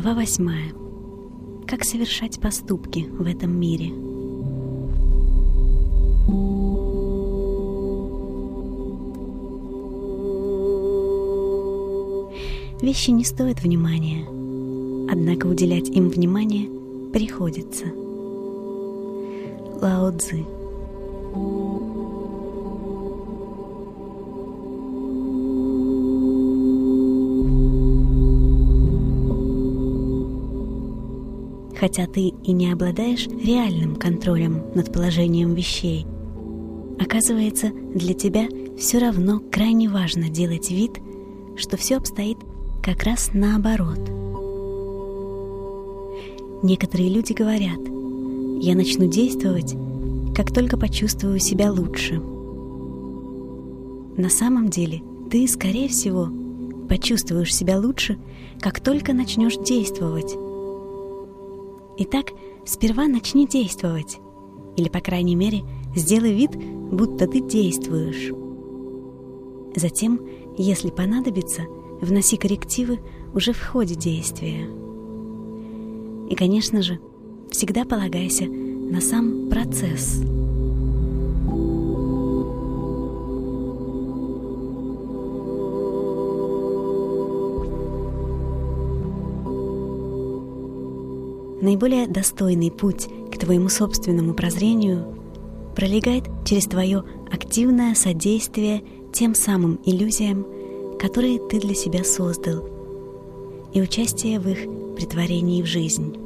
Глава 8. Как совершать поступки в этом мире? Вещи не стоят внимания, однако уделять им внимание приходится. Лао Цзы. Хотя ты и не обладаешь реальным контролем над положением вещей, оказывается, для тебя все равно крайне важно делать вид, что все обстоит как раз наоборот. Некоторые люди говорят: «Я начну действовать, как только почувствую себя лучше». На самом деле, ты, скорее всего, почувствуешь себя лучше, как только начнешь действовать. Итак, сперва начни действовать, или, по крайней мере, сделай вид, будто ты действуешь. Затем, если понадобится, вноси коррективы уже в ходе действия. И, конечно же, всегда полагайся на сам процесс. Наиболее достойный путь к твоему собственному прозрению пролегает через твое активное содействие тем самым иллюзиям, которые ты для себя создал, и участие в их претворении в жизнь.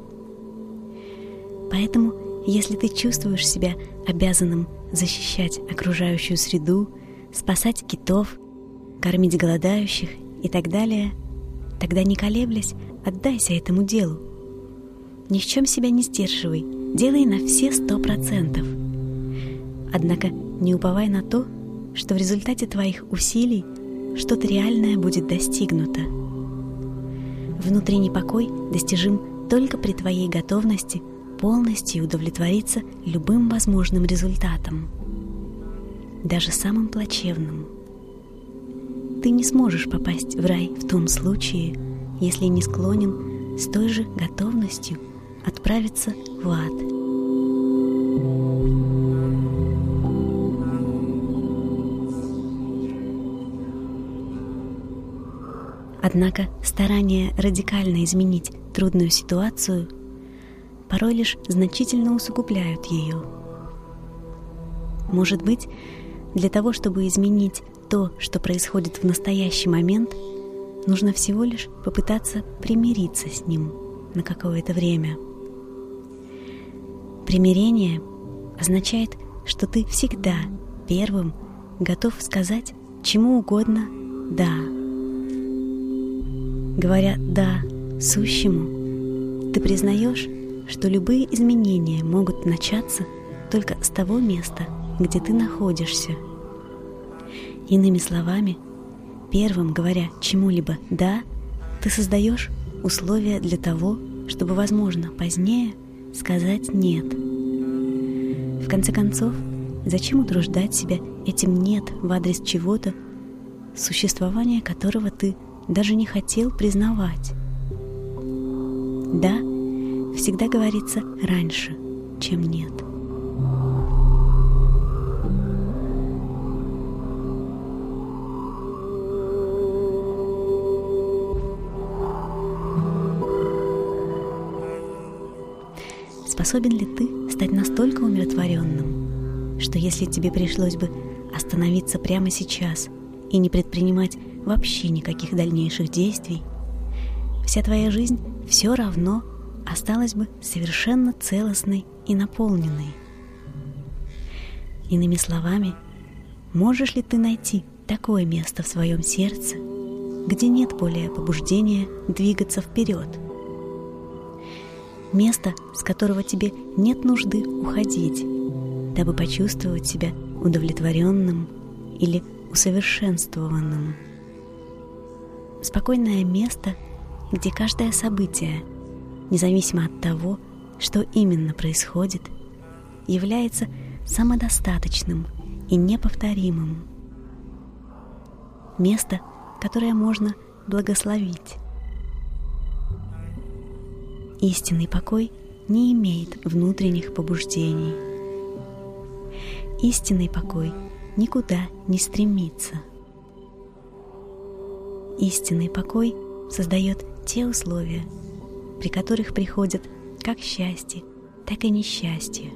Поэтому, если ты чувствуешь себя обязанным защищать окружающую среду, спасать китов, кормить голодающих и так далее, тогда, не колеблясь, отдайся этому делу. Ни в чем себя не сдерживай, делай на все 100%. Однако не уповай на то, что в результате твоих усилий что-то реальное будет достигнуто. Внутренний покой достижим только при твоей готовности полностью удовлетвориться любым возможным результатом, даже самым плачевным. Ты не сможешь попасть в рай в том случае, если не склонен с той же готовностью отправиться в ад. Однако старания радикально изменить трудную ситуацию порой лишь значительно усугубляют ее. Может быть, для того, чтобы изменить то, что происходит в настоящий момент, нужно всего лишь попытаться примириться с ним на какое-то время. Примирение означает, что ты всегда первым готов сказать чему угодно «да». Говоря «да» сущему, ты признаешь, что любые изменения могут начаться только с того места, где ты находишься. Иными словами, первым говоря чему-либо «да», ты создаешь условия для того, чтобы, возможно, позднее сказать «нет». В конце концов, зачем утруждать себя этим «нет» в адрес чего-то, существование которого ты даже не хотел признавать? «Да» всегда говорится раньше, чем «нет». Способен ли ты стать настолько умиротворенным, что если тебе пришлось бы остановиться прямо сейчас и не предпринимать вообще никаких дальнейших действий, вся твоя жизнь все равно осталась бы совершенно целостной и наполненной? Иными словами, можешь ли ты найти такое место в своем сердце, где нет более побуждения двигаться вперед? Место, с которого тебе нет нужды уходить, дабы почувствовать себя удовлетворенным или усовершенствованным. Спокойное место, где каждое событие, независимо от того, что именно происходит, является самодостаточным и неповторимым. Место, которое можно благословить. Истинный покой не имеет внутренних побуждений. Истинный покой никуда не стремится. Истинный покой создает те условия, при которых приходят как счастье, так и несчастье.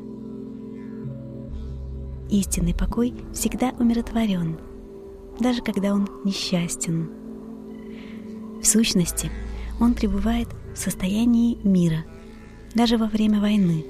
Истинный покой всегда умиротворен, даже когда он несчастен. В сущности, он пребывает в состоянии мира, даже во время войны.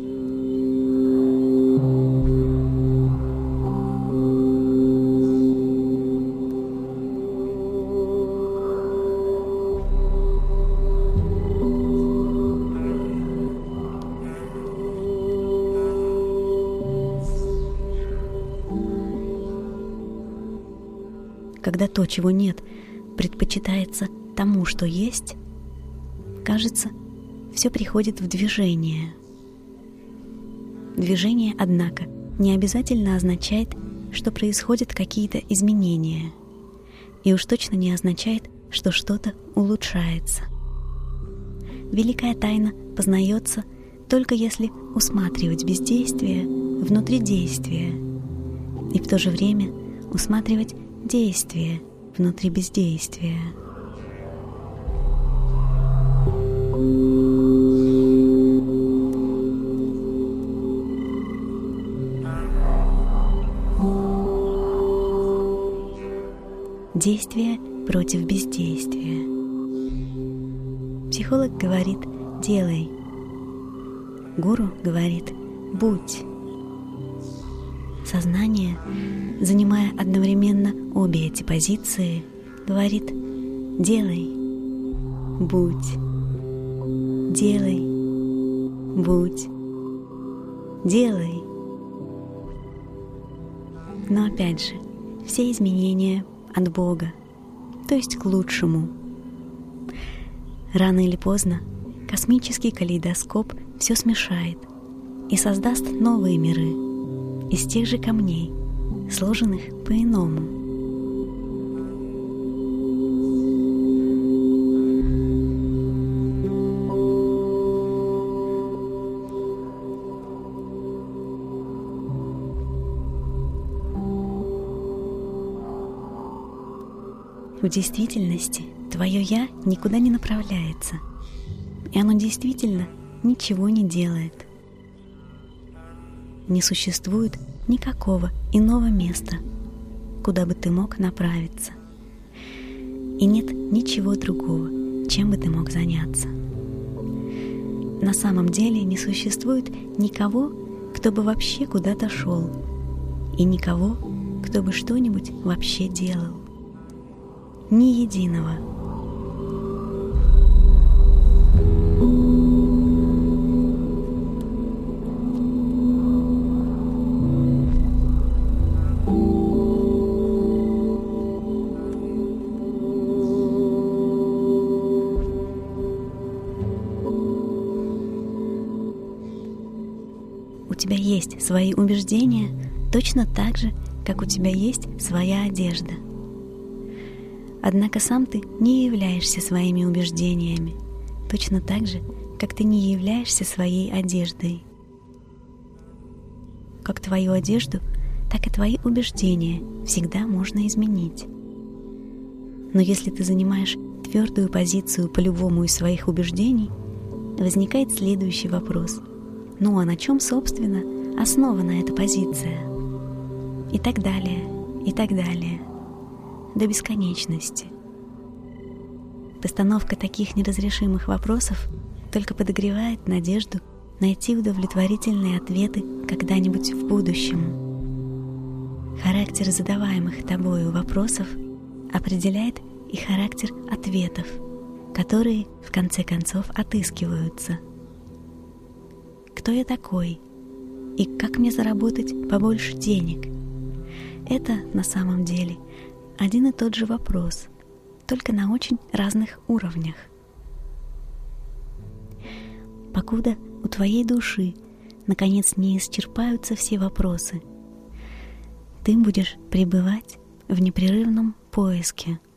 Когда то, чего нет, предпочитается тому, что есть, кажется, все приходит в движение. Движение, однако, не обязательно означает, что происходят какие-то изменения, и уж точно не означает, что что-то улучшается. Великая тайна познается только если усматривать бездействие внутри действия, и в то же время усматривать действие внутри бездействия. Действие против бездействия. Психолог говорит «делай». Гуру говорит «будь». Сознание, занимая одновременно обе эти позиции, говорит «делай, будь, делай, будь, делай». Но опять же, все изменения от Бога, то есть к лучшему. Рано или поздно космический калейдоскоп все смешает и создаст новые миры из тех же камней, сложенных по-иному. В действительности твое «я» никуда не направляется, и оно действительно ничего не делает. Не существует никакого иного места, куда бы ты мог направиться. И нет ничего другого, чем бы ты мог заняться. На самом деле не существует никого, кто бы вообще куда-то шел, и никого, кто бы что-нибудь вообще делал. Ни единого. У тебя есть свои убеждения точно так же, как у тебя есть своя одежда. Однако сам ты не являешься своими убеждениями, точно так же, как ты не являешься своей одеждой. Как твою одежду, так и твои убеждения всегда можно изменить. Но если ты занимаешь твердую позицию по любому из своих убеждений, возникает следующий вопрос. Ну а на чем, собственно, основана эта позиция? И так далее, и так далее. До бесконечности. Постановка таких неразрешимых вопросов только подогревает надежду найти удовлетворительные ответы когда-нибудь в будущем. Характер задаваемых тобою вопросов определяет и характер ответов, которые, в конце концов, отыскиваются. Кто я такой? И как мне заработать побольше денег? Это, на самом деле, один и тот же вопрос, только на очень разных уровнях. Покуда у твоей души, наконец, не исчерпаются все вопросы, ты будешь пребывать в непрерывном поиске.